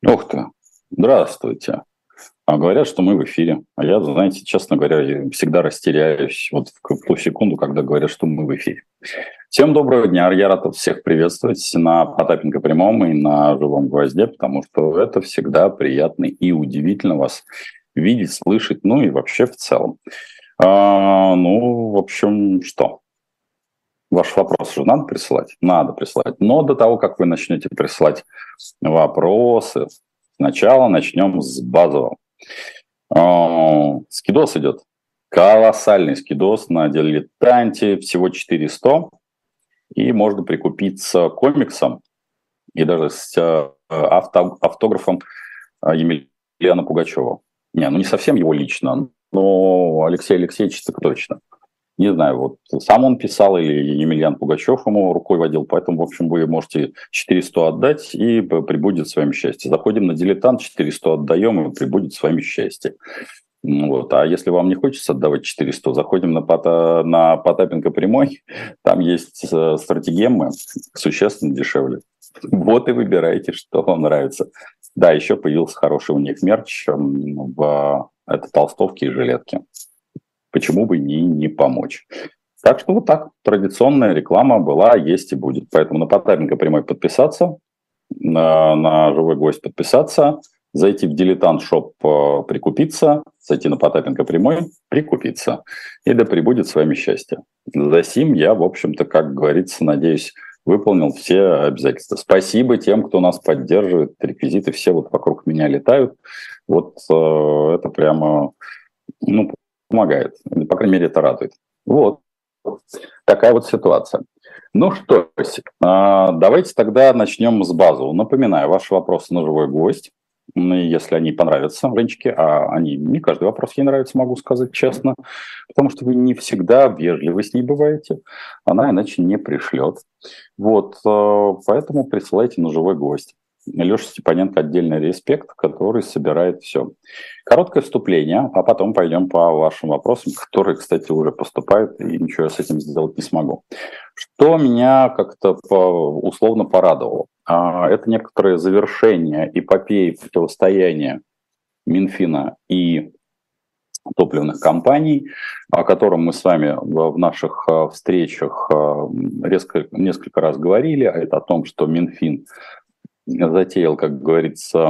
Ух ты, здравствуйте. А говорят, что мы в эфире. А я, знаете, честно говоря, я всегда растеряюсь вот в ту секунду, когда говорят, что мы в эфире. Всем доброго дня. Я рад всех приветствовать на Потапенко прямом и на живом гвозде, потому что это всегда приятно и удивительно вас видеть, слышать, ну и вообще в целом. В общем, что? Ваш вопрос же надо присылать? Надо присылать. Но до того, как вы начнете присылать вопросы, сначала начнем с базового. Скидос идет. Колоссальный скидос на дилетанте. Всего 400. И можно прикупиться комиксом и даже с автографом Емельяна Пугачева. Не совсем его лично, но Алексей Алексеевич так точно. Не знаю, вот сам он писал или Емельян Пугачев ему рукой водил, поэтому, в общем, вы можете 400 отдать, и прибудет с вами счастье. Заходим на дилетант, 400 отдаем, и прибудет с вами счастье. Вот. А если вам не хочется отдавать 400, заходим на Потапенко прямой, там есть стратегемы существенно дешевле. Вот и выбирайте, что вам нравится. Да, еще появился хороший у них мерч это толстовки и жилетки. Почему бы не помочь? Так что вот так. Традиционная реклама была, есть и будет. Поэтому на Потапенко прямой подписаться, на живой гость подписаться, зайти в дилетант шоп прикупиться, зайти на Потапенко прямой прикупиться. И да пребудет с вами счастье. За сим я, в общем-то, как говорится, надеюсь, выполнил все обязательства. Спасибо тем, кто нас поддерживает. Реквизиты все вот вокруг меня летают. Вот это прямо... помогает. По крайней мере, это радует. Вот. Такая вот ситуация. Ну что, давайте тогда начнем с базового. Напоминаю, ваши вопросы на живой гость. Если они понравятся Женечке, а они не каждый вопрос ей нравится, могу сказать честно, потому что вы не всегда вежливы с ней бываете, она иначе не пришлет. Вот, поэтому присылайте на живой гость. Леша Степаненко отдельный респект, который собирает все. Короткое вступление, а потом пойдем по вашим вопросам, которые, кстати, уже поступают, и ничего я с этим сделать не смогу. Что меня как-то условно порадовало? Это некоторое завершение эпопеи противостояния Минфина и топливных компаний, о котором мы с вами в наших встречах несколько раз говорили. Это о том, что Минфин затеял, как говорится,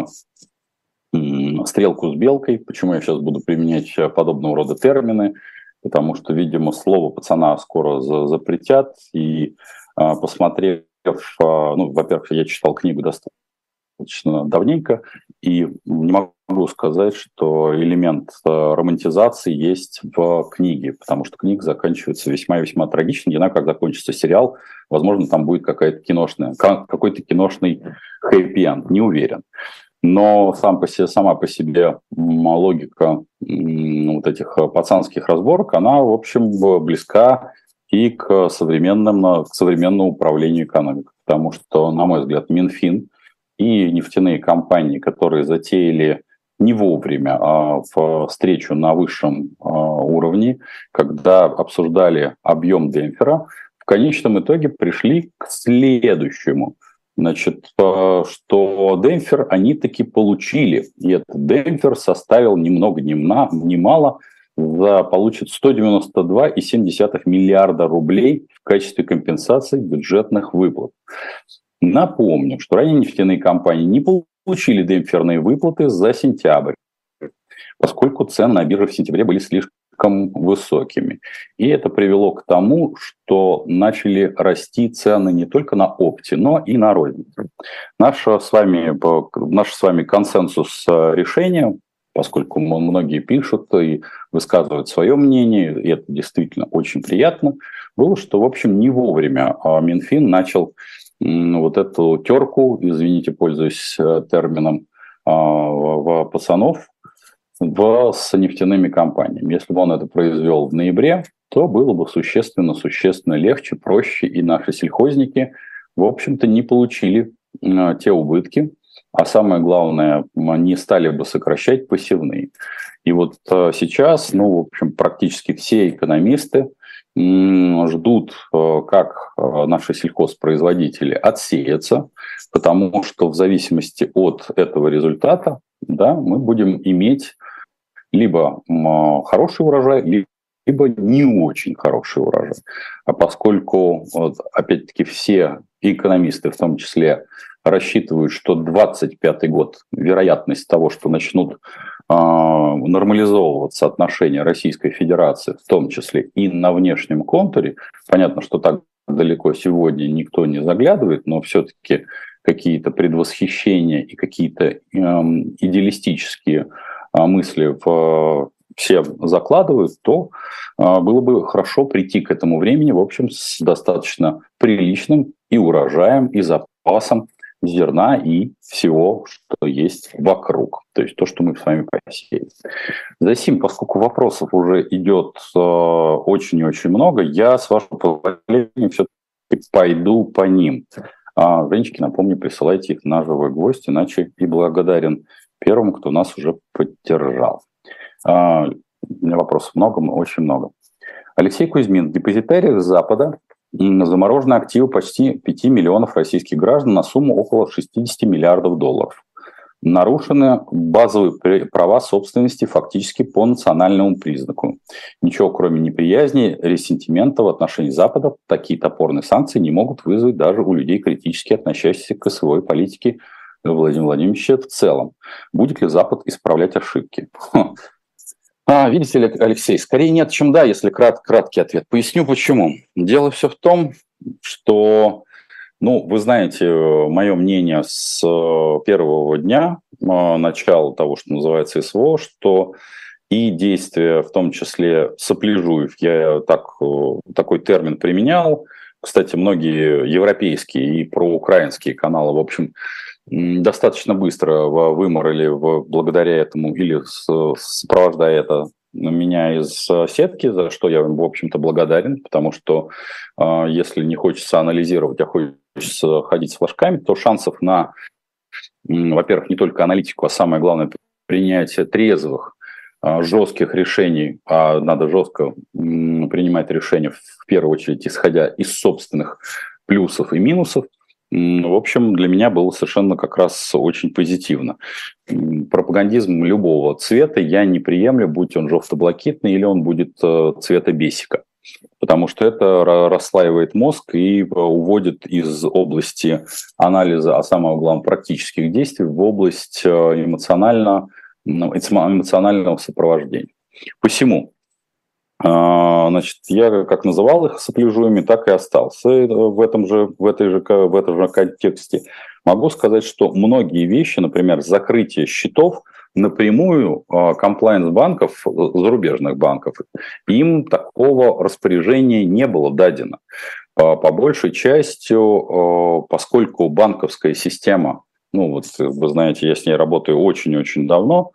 стрелку с белкой. Почему я сейчас буду применять подобного рода термины? Потому что, видимо, слово пацана скоро запретят. И посмотрев, во-первых, я читал книгу достаточно давненько, и не могу сказать, что элемент романтизации есть в книге, потому что книга заканчивается весьма и весьма трагично. Не знаю, как закончится сериал. Возможно, там будет какой-то киношный хэппи-энд, не уверен. Но сама по себе логика вот этих пацанских разборок, она, в общем, близка и к современному управлению экономикой. Потому что, на мой взгляд, Минфин и нефтяные компании, которые затеяли не вовремя встречу на высшем уровне, когда обсуждали объем демпфера, в конечном итоге пришли к следующему. Значит, что демпфер они таки получили. И этот демпфер составил ни много ни мало, получит 192,7 миллиарда рублей в качестве компенсации бюджетных выплат. Напомню, что ранее нефтяные компании не получили демпферные выплаты за сентябрь, поскольку цены на бирже в сентябре были слишком высокими. И это привело к тому, что начали расти цены не только на опте, но и на розницу. Наш с вами консенсус решения, поскольку многие пишут и высказывают свое мнение, и это действительно очень приятно, было, что, в общем, не вовремя Минфин начал вот эту терку, извините, пользуясь термином, пацанов с нефтяными компаниями. Если бы он это произвел в ноябре, то было бы существенно легче, проще, и наши сельхозники, в общем-то, не получили те убытки, а самое главное, не стали бы сокращать посевные. И вот сейчас, в общем, практически все экономисты ждут, как наши сельхозпроизводители отсеются, потому что в зависимости от этого результата, да, мы будем иметь либо хороший урожай, либо не очень хороший урожай. А поскольку, вот, опять-таки, все экономисты, в том числе, рассчитывают, что 2025 год, вероятность того, что начнут нормализовываться отношения Российской Федерации, в том числе и на внешнем контуре, понятно, что так далеко сегодня никто не заглядывает, но все-таки какие-то предвосхищения и какие-то идеалистические мысли все закладывают, то было бы хорошо прийти к этому времени, в общем, с достаточно приличным и урожаем, и запасом зерна и всего, что есть вокруг. То есть то, что мы с вами посеяли. Засим, поскольку вопросов уже идет очень и очень много, я, с вашего позволения, все-таки пойду по ним. Женечки, напомню, присылайте их на живой гвоздь, иначе и благодарен первому, кто нас уже поддержал. У меня вопросов много, очень много. Алексей Кузьмин. В депозитариях Запада заморожены активы почти 5 миллионов российских граждан на сумму около 60 миллиардов долларов. Нарушены базовые права собственности фактически по национальному признаку. Ничего, кроме неприязни, ресентимента в отношении Запада, такие топорные санкции не могут вызвать даже у людей, критически относящихся к своей политике Владимира Владимировича в целом. Будет ли Запад исправлять ошибки? Видите ли, Алексей, скорее нет, чем да, если краткий ответ. Поясню почему. Дело все в том, что, вы знаете, мое мнение с первого дня, начала того, что называется СВО, что и действия, в том числе сопляжуев, я такой термин применял. Кстати, многие европейские и проукраинские каналы, в общем, достаточно быстро выморали благодаря этому или сопровождая это меня из сетки, за что я им, в общем-то, благодарен, потому что если не хочется анализировать, а хочется ходить с флажками, то шансов на, во-первых, не только аналитику, а самое главное, принятие трезвых, жестких решений, а надо жестко принимать решения, в первую очередь, исходя из собственных плюсов и минусов, в общем, для меня было совершенно как раз очень позитивно. Пропагандизм любого цвета я не приемлю, будь он желто-блакитный или он будет цвета бесика. Потому что это расслаивает мозг и уводит из области анализа, а самое главное, практических действий в область эмоционального сопровождения. Посему, значит, я как называл их сопляжуями, так и остался в этом же контексте. Могу сказать, что многие вещи, например, закрытие счетов, напрямую комплаенс-банков, зарубежных банков, им такого распоряжения не было дадено. По большей частью, поскольку банковская система, вы знаете, я с ней работаю очень-очень давно,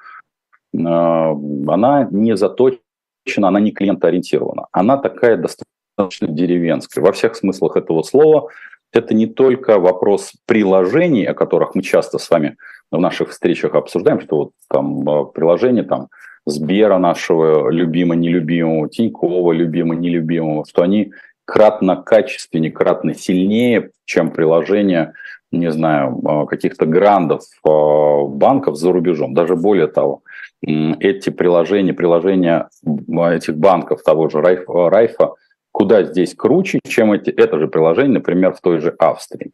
она не заточена, она не клиентоориентирована. Она такая достаточно деревенская. Во всех смыслах этого слова. Это не только вопрос приложений, о которых мы часто с вами в наших встречах обсуждаем, что приложение Сбера нашего любимо-нелюбимого, Тинькова любимо-нелюбимого, что они кратно качественнее, кратно сильнее, чем приложения, не знаю, каких-то грандов банков за рубежом. Даже более того, эти приложения этих банков, того же Райфа, куда здесь круче, чем это же приложение, например, в той же Австрии.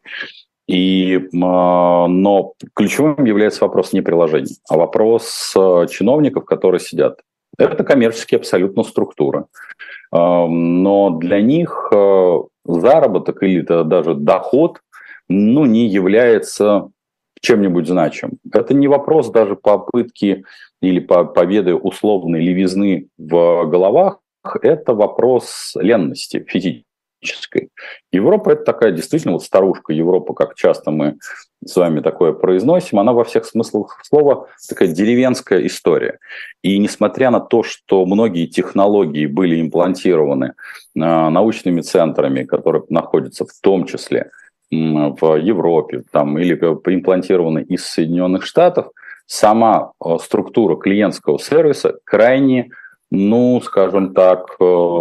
Но ключевым является вопрос не приложений, а вопрос чиновников, которые сидят. Это коммерческие абсолютно структуры. Но для них заработок или даже доход не является чем-нибудь значимым. Это не вопрос даже попытки или победы условной левизны в головах, это вопрос ленности физической. Европа – это такая действительно старушка Европа, как часто мы с вами такое произносим, она во всех смыслах слова такая деревенская история. И несмотря на то, что многие технологии были имплантированы научными центрами, которые находятся в том числе в Европе или имплантированы из Соединенных Штатов, сама структура клиентского сервиса крайне ну, скажем так,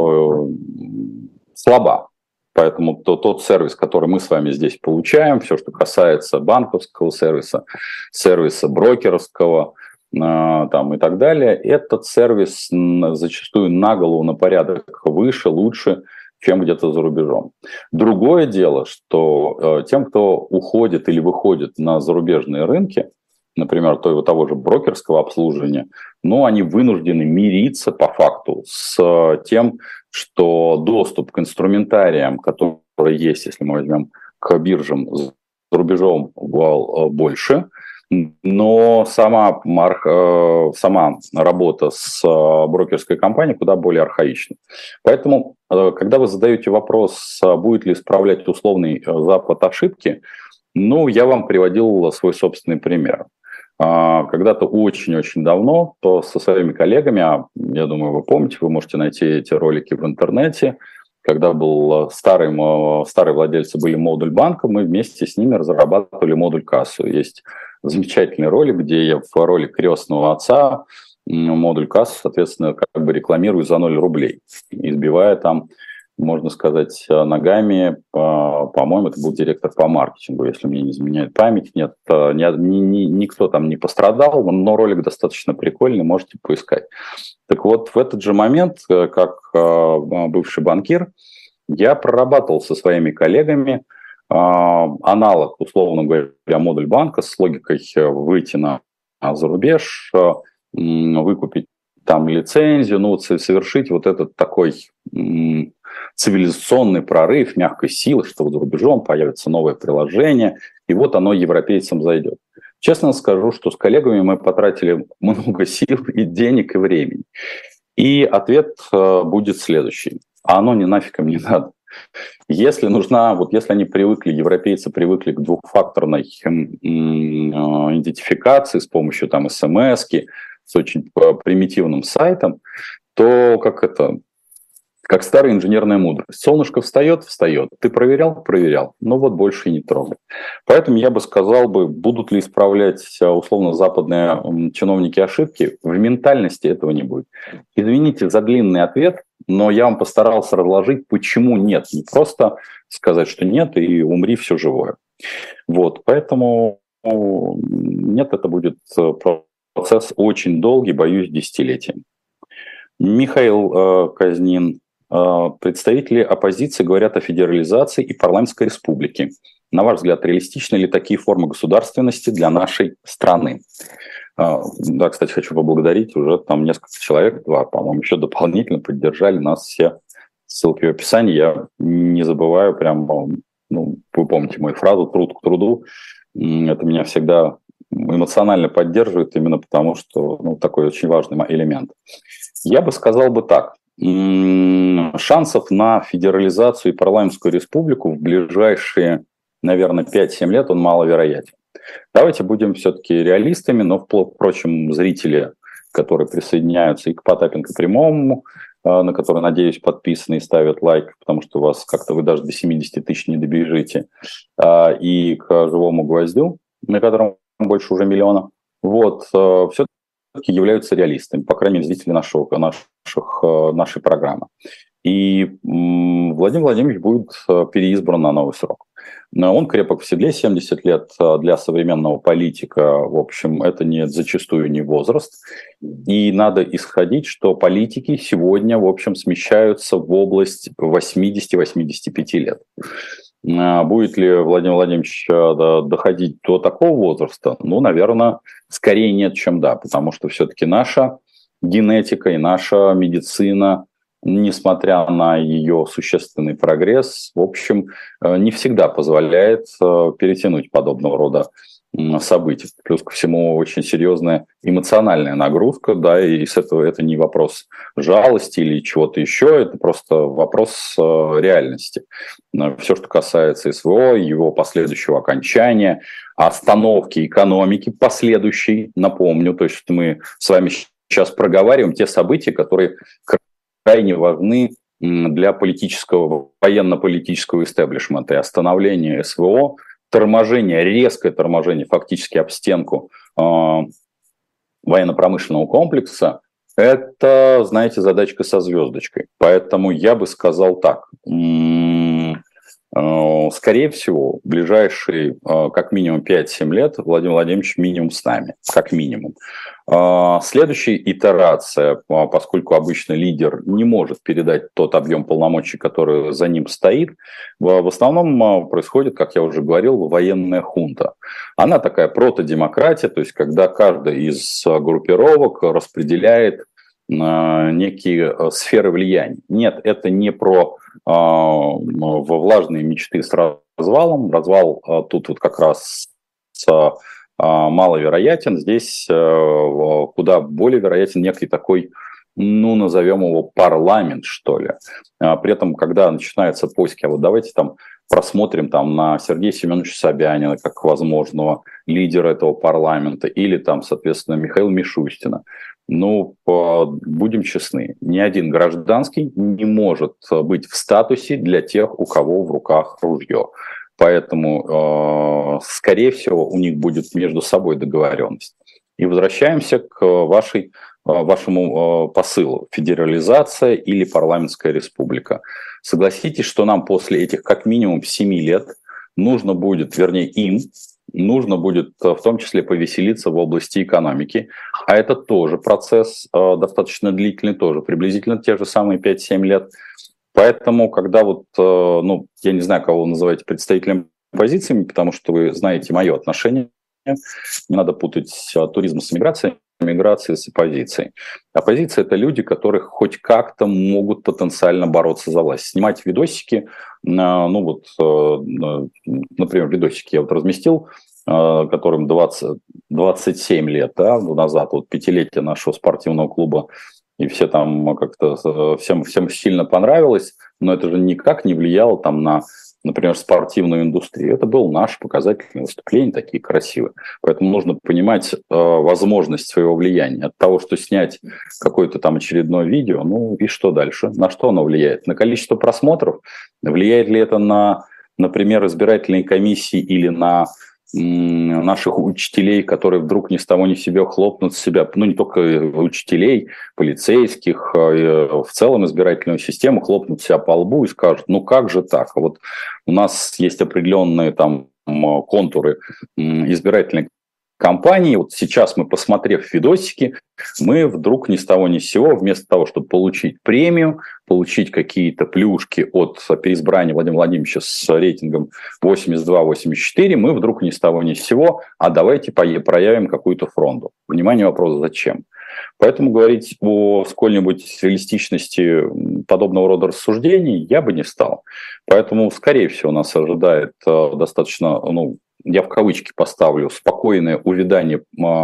слаба. Поэтому тот сервис, который мы с вами здесь получаем, все, что касается банковского сервиса, сервиса брокерского там, и так далее, этот сервис зачастую на голову, на порядок выше, лучше, чем где-то за рубежом. Другое дело, что тем, кто уходит или выходит на зарубежные рынки, например, того же брокерского обслуживания, ну, они вынуждены мириться по факту с тем, что доступ к инструментариям, которые есть, если мы возьмем к биржам за рубежом, больше, но сама работа с брокерской компанией куда более архаична. Поэтому, когда вы задаете вопрос, будет ли исправлять условный Запад ошибки, ну, я вам приводил свой собственный пример. Когда-то очень-очень давно, то со своими коллегами, я думаю, вы помните, вы можете найти эти ролики в интернете, когда был старые владельцы были модуль банка, мы вместе с ними разрабатывали модуль кассу. Есть замечательный ролик, где я в роли крестного отца модуль кассу, соответственно, как бы рекламирую за 0 рублей, избивая там, можно сказать, ногами, по-моему, это был директор по маркетингу, если мне не изменяет память. Нет, никто там не пострадал, но ролик достаточно прикольный, можете поискать. Так вот, в этот же момент, как бывший банкир, я прорабатывал со своими коллегами аналог, условно говоря, модуль банка с логикой выйти за рубеж, выкупить там лицензию, ну, совершить вот этот такой цивилизационный прорыв мягкой силы, что вот за рубежом появится новое приложение, и вот оно европейцам зайдет. Честно скажу, что с коллегами мы потратили много сил и денег, и времени. И ответ будет следующий. А оно нафиг им не надо. Если если они европейцы привыкли к двухфакторной идентификации с помощью там смс-ки, с очень примитивным сайтом, то как старая инженерная мудрость. Солнышко встает, ты проверял, но вот больше и не трогай. Поэтому я бы сказал, будут ли исправлять условно западные чиновники ошибки, в ментальности этого не будет. Извините за длинный ответ, но я вам постарался разложить, почему нет. Не просто сказать, что нет, и умри все живое. Вот, поэтому нет, это будет процесс очень долгий, боюсь, десятилетиями. Михаил Казнин. Представители оппозиции говорят о федерализации и парламентской республике. На ваш взгляд, реалистичны ли такие формы государственности для нашей страны? Да, кстати, хочу поблагодарить. Уже там несколько человек, по-моему, еще дополнительно поддержали нас все. Ссылки в описании. Я не забываю прям, вы помните мою фразу «труд к труду». Это меня всегда эмоционально поддерживает, именно потому что такой очень важный элемент. Я бы сказал так. Шансов на федерализацию и парламентскую республику в ближайшие, наверное, 5-7 лет он маловероятен. Давайте будем все-таки реалистами, но, впрочем, зрители, которые присоединяются и к Потапенко прямому, на который, надеюсь, подписаны и ставят лайк, потому что вы даже до 70 тысяч не добежите, и к живому гвоздю, на котором больше уже миллиона, все-таки являются реалистами, по крайней мере, зрители нашей программы. И Владимир Владимирович будет переизбран на новый срок. Он крепок в седле, 70 лет для современного политика, в общем, это зачастую не возраст. И надо исходить, что политики сегодня, в общем, смещаются в область 80-85 лет. Будет ли Владимир Владимирович доходить до такого возраста? Наверное, скорее нет, чем да, потому что все-таки наша генетика и наша медицина, несмотря на ее существенный прогресс, в общем, не всегда позволяет перетянуть подобного рода событий. Плюс ко всему очень серьезная эмоциональная нагрузка, да, и с этого это не вопрос жалости или чего-то еще, это просто вопрос реальности. Все, что касается СВО, его последующего окончания, остановки экономики последующей, напомню, то есть мы с вами сейчас проговариваем те события, которые крайне важны для военно-политического истеблишмента, и остановление СВО, резкое торможение фактически об стенку военно-промышленного комплекса Это, знаете, задачка со звездочкой. Поэтому я бы сказал так. Скорее всего, в ближайшие как минимум 5-7 лет Владимир Владимирович минимум с нами, как минимум. Следующая итерация, поскольку обычно лидер не может передать тот объем полномочий, который за ним стоит, в основном происходит, как я уже говорил, военная хунта. Она такая протодемократия, то есть когда каждая из группировок распределяет некие сферы влияния. Нет, это не про во влажные мечты с развалом. Развал тут вот как раз маловероятен. Здесь куда более вероятен некий такой, ну, назовем его парламент, что ли. При этом, когда начинаются поиски, а вот давайте там просмотрим там на Сергея Семеновича Собянина как возможного лидера этого парламента или там, соответственно, Михаила Мишустина. Ну, будем честны, ни один гражданский не может быть в статусе для тех, у кого в руках ружье. Поэтому, скорее всего, у них будет между собой договоренность. И возвращаемся к вашему посылу. Федерализация или парламентская республика. Согласитесь, что нам после этих как минимум 7 лет нужно будет, вернее им, нужно будет в том числе повеселиться в области экономики. А это тоже процесс достаточно длительный, тоже приблизительно те же самые 5-7 лет. Поэтому, когда вот, ну, я не знаю, кого вы называете представителем оппозиции, потому что вы знаете мое отношение, не надо путать туризм с миграцией, миграции с оппозицией. Оппозиция – это люди, которые хоть как-то могут потенциально бороться за власть. Снимать видосики, ну вот, например, видосики я вот разместил, которым 27 лет, да, назад, вот пятилетие нашего спортивного клуба, и все там как-то, всем сильно понравилось, но это же никак не влияло там на, например, спортивную индустрию. Это было наше показательное выступление, такие красивые. Поэтому нужно понимать возможность своего влияния. От того, что снять какое-то там очередное видео, ну и что дальше? На что оно влияет? На количество просмотров? Влияет ли это на, например, избирательные комиссии или на наших учителей, которые вдруг ни с того ни с сего хлопнут себя, ну не только учителей, полицейских, в целом избирательную систему, хлопнут себя по лбу и скажут, ну как же так? Вот у нас есть определенные там контуры избирательной кампании. Вот сейчас мы, посмотрев видосики, мы вдруг ни с того ни с сего, вместо того, чтобы получить премию, получить какие-то плюшки от переизбрания Владимира Владимировича с рейтингом 82-84, мы вдруг ни с того ни с сего, а давайте проявим какую-то фронту. Внимание, вопрос, зачем? Поэтому говорить о сколь-нибудь реалистичности подобного рода рассуждений я бы не стал. Поэтому, скорее всего, нас ожидает достаточно, ну, я в кавычки поставлю, спокойное увядание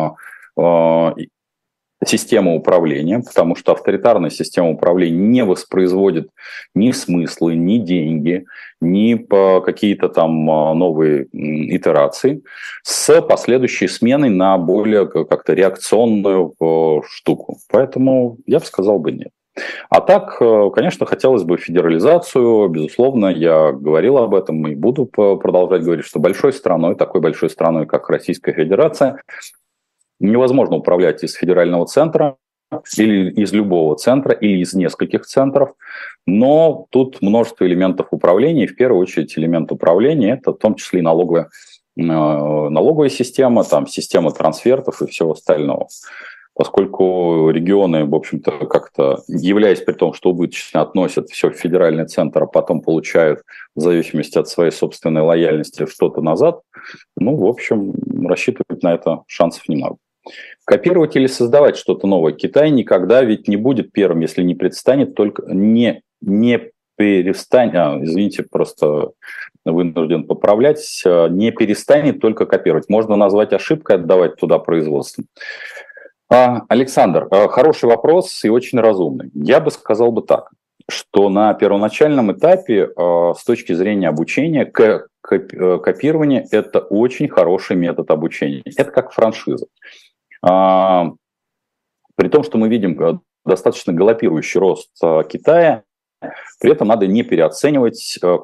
системы управления, потому что авторитарная система управления не воспроизводит ни смыслы, ни деньги, ни какие-то там новые итерации, с последующей сменой на более как-то реакционную штуку. Поэтому я бы сказал бы нет. А так, конечно, хотелось бы федерализацию, безусловно, я говорил об этом и буду продолжать говорить, что большой страной, такой большой страной, как Российская Федерация, невозможно управлять из федерального центра или из любого центра, или из нескольких центров, но тут множество элементов управления, и в первую очередь элемент управления – это в том числе и налоговая система, там, система трансфертов и всего остального. Поскольку регионы, в общем-то, как-то, являясь при том, что убыточно относят все в федеральный центр, а потом получают, в зависимости от своей собственной лояльности, что-то назад, ну, в общем, рассчитывать на это шансов немного. Копировать или создавать что-то новое Китай никогда ведь не будет первым, если не предстанет, только не перестанет, извините, просто вынужден поправлять, не перестанет только копировать. Можно назвать ошибкой отдавать туда производство. Александр, хороший вопрос и очень разумный. Я бы сказал бы так, что на первоначальном этапе с точки зрения обучения копирование – это очень хороший метод обучения. Это как франшиза. При том, что мы видим достаточно галопирующий рост Китая, при этом надо не переоценивать, кто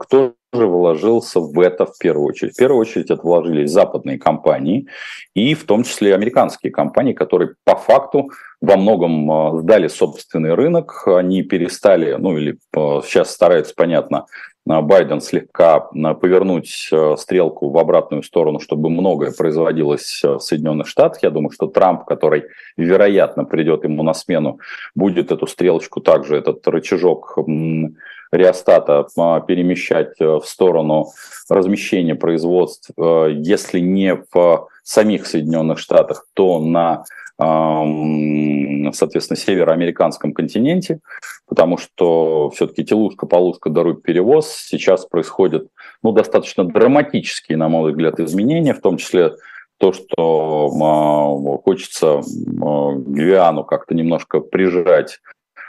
вложился в это в первую очередь. В первую очередь это вложились западные компании, и в том числе американские компании, которые по факту во многом сдали собственный рынок, они перестали, ну или сейчас стараются, понятно, Байден слегка повернуть стрелку в обратную сторону, чтобы многое производилось в Соединенных Штатах. Я думаю, что Трамп, который, вероятно, придет ему на смену, будет эту стрелочку также, этот рычажок реостата перемещать в сторону размещения производств, если не в самих Соединенных Штатах, то на, соответственно, североамериканском континенте, потому что все-таки телушка-полушка даруй перевоз. Сейчас происходят достаточно драматические, на мой взгляд, изменения, в том числе то, что хочется Гвиану как-то немножко прижать.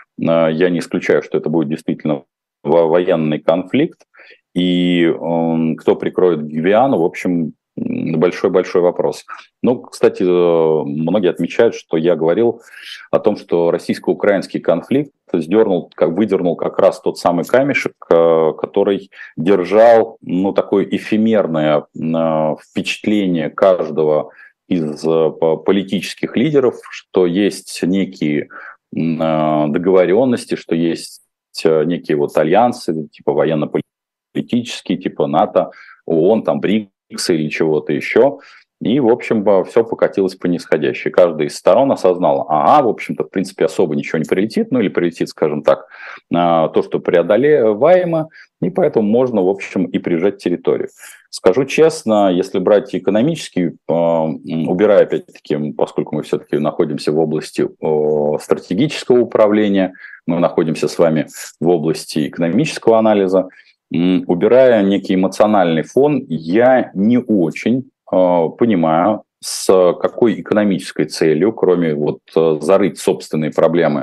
Я не исключаю, что это будет действительно военный конфликт, и кто прикроет Гвиану, в общем, большой-большой вопрос. Кстати, многие отмечают, что я говорил о том, что российско-украинский конфликт выдернул как раз тот самый камешек, который держал такое эфемерное впечатление каждого из политических лидеров, что есть некие договоренности, что есть некие альянсы, типа военно-политические, типа НАТО, ООН, там БРИКС или чего-то еще. И, в общем, все покатилось по нисходящей. Каждая из сторон осознала, в общем-то, в принципе, особо ничего не прилетит, или прилетит, скажем так, то, что преодолеваемо, и поэтому можно, в общем, и прижать территорию. Скажу честно, если брать экономически, убирая, опять-таки, поскольку мы все-таки находимся в области стратегического управления, мы находимся с вами в области экономического анализа, убирая некий эмоциональный фон, я не очень понимаю, с какой экономической целью, кроме зарыть собственные проблемы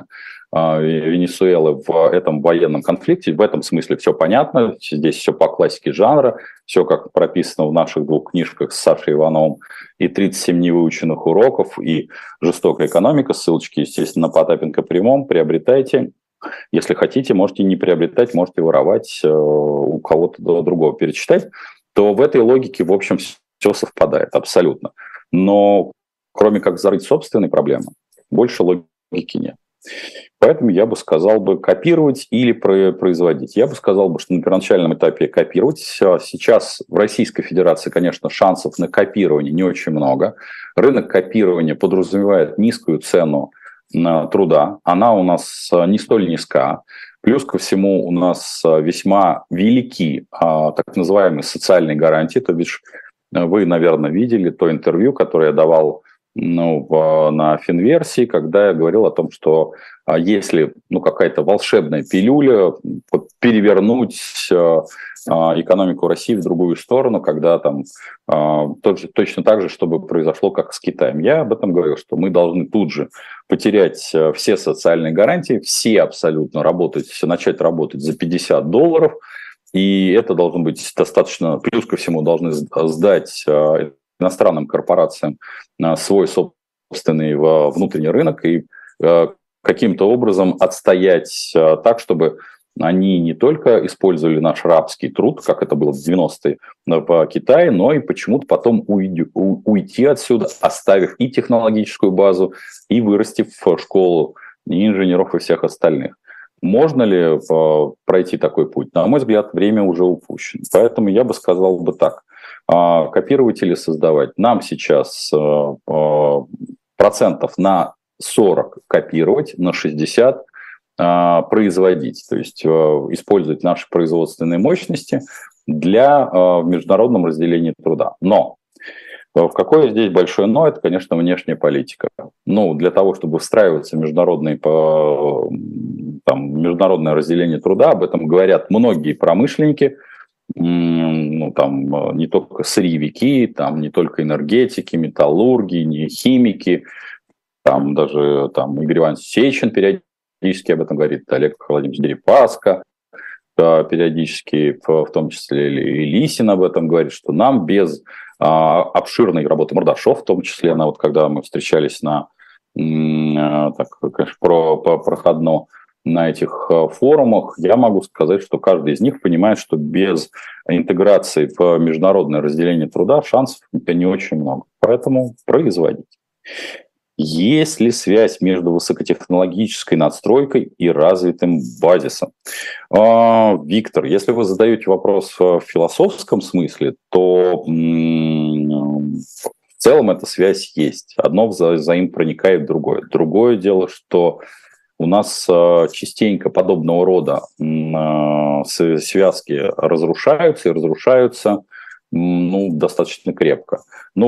Венесуэлы в этом военном конфликте. В этом смысле все понятно, здесь все по классике жанра, все как прописано в наших двух книжках с Сашей Ивановым, и 37 невыученных уроков, и жестокая экономика. Ссылочки, естественно, на Потапенко прямом. Приобретайте. Если хотите, можете не приобретать, можете воровать, у кого-то другого перечитать. То в этой логике, в общем, все совпадает абсолютно. Но кроме как зарыть собственные проблемы, больше логики нет. Поэтому я бы сказал копировать или производить. Я бы сказал что на первоначальном этапе копировать. Сейчас в Российской Федерации, конечно, шансов на копирование не очень много. Рынок копирования подразумевает низкую цену труда. Она у нас не столь низка. Плюс ко всему у нас весьма велики так называемые социальные гарантии. То бишь вы, наверное, видели то интервью, которое я давал на Финверсии, когда я говорил о том, что если какая-то волшебная пилюля перевернуть экономику России в другую сторону, когда там точно так же, чтобы произошло, как с Китаем. Я об этом говорил, что мы должны тут же потерять все социальные гарантии, все абсолютно начать работать за $50, и это должно быть достаточно, плюс ко всему должны сдать иностранным корпорациям свой собственный внутренний рынок и каким-то образом отстоять так, чтобы они не только использовали наш рабский труд, как это было в 90-е в Китае, но и почему-то потом уйти отсюда, оставив и технологическую базу, и вырастив школу и инженеров, и всех остальных. Можно ли пройти такой путь? На мой взгляд, время уже упущено. Поэтому я бы сказал так. Копировать или создавать. Нам сейчас процентов на 40 копировать, на 60 производить. То есть использовать наши производственные мощности для международного разделения труда. Но в какое здесь большое но, это, конечно, внешняя политика. Для того, чтобы встраиваться в международное разделение труда, об этом говорят многие промышленники, не только сырьевики, не только энергетики, металлурги, не химики, даже Игорь Иванович Сечин периодически об этом говорит, Олег Владимирович Дерипаска периодически, в том числе и Лисин об этом говорит, что нам без обширной работы Мордашов, в том числе, когда мы встречались конечно, проходно на этих форумах, я могу сказать, что каждый из них понимает, что без интеграции в международное разделение труда шансов не очень много. Поэтому производить. Есть ли связь между высокотехнологической надстройкой и развитым базисом? Виктор, если вы задаете вопрос в философском смысле, то в целом эта связь есть. Одно взаимопроникает в другое. Другое дело, что у нас частенько подобного рода связки разрушаются и разрушаются достаточно крепко.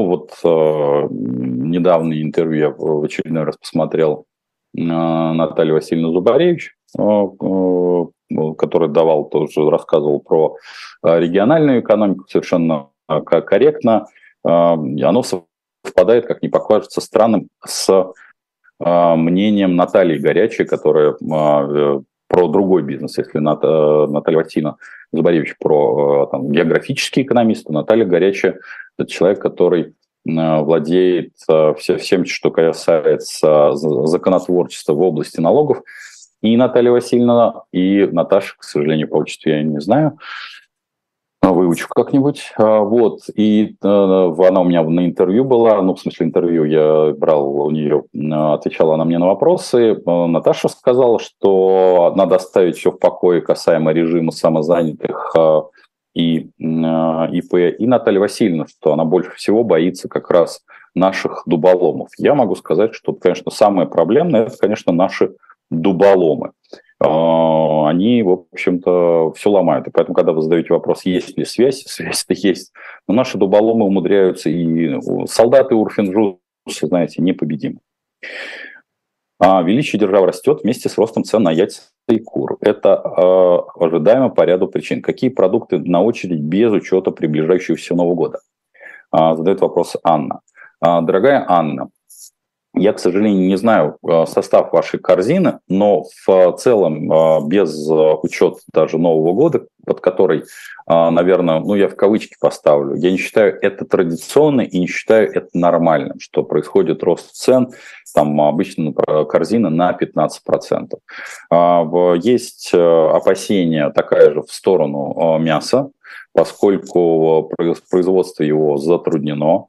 Недавнее интервью я в очередной раз посмотрел Наталью Васильевну Зубаревич, который рассказывал про региональную экономику совершенно корректно. Оно совпадает, как ни покажется странным, с мнением Натальи Горячей, которая про другой бизнес, если Наталья Васильевна Зубаревич про географический экономист, то Наталья Горячая – это человек, который владеет всем, что касается законотворчества в области налогов. И Наталья Васильевна, и Наташа, к сожалению, по отчеству я не знаю, выучу как-нибудь. И она у меня на интервью была, в смысле интервью я брал у нее, отвечала она мне на вопросы. Наташа сказала, что надо оставить все в покое касаемо режима самозанятых и ИП. И Наталья Васильевна, что она больше всего боится как раз наших дуболомов. Я могу сказать, что, конечно, самое проблемное – это, конечно, наши дуболомы. Они, в общем-то, все ломают. И поэтому, когда вы задаете вопрос, есть ли связь, связь-то есть. Но наши дуболомы умудряются, и солдаты Урфин-Джуса, знаете, непобедимы. Величие державы растет вместе с ростом цен на яйца и кур. Это ожидаемо по ряду причин. Какие продукты на очередь без учета приближающегося Нового года? Задает вопрос Анна. Дорогая Анна, я, к сожалению, не знаю состав вашей корзины, но в целом без учета даже Нового года, под который, наверное, я в кавычки поставлю, я не считаю это традиционно и не считаю это нормальным, что происходит рост цен, там обычно корзина на 15%. Есть опасения такая же в сторону мяса, поскольку производство его затруднено.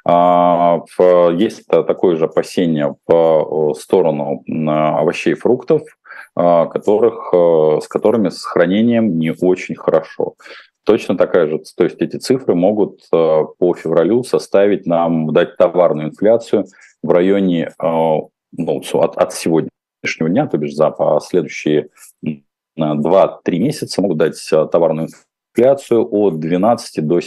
Есть такое же опасение в сторону овощей и фруктов, с которыми с хранением не очень хорошо. Точно такая же, то есть эти цифры могут по февралю дать товарную инфляцию в районе от сегодняшнего дня, то бишь за последующие 2-3 месяца могут дать товарную инфляцию от 12 до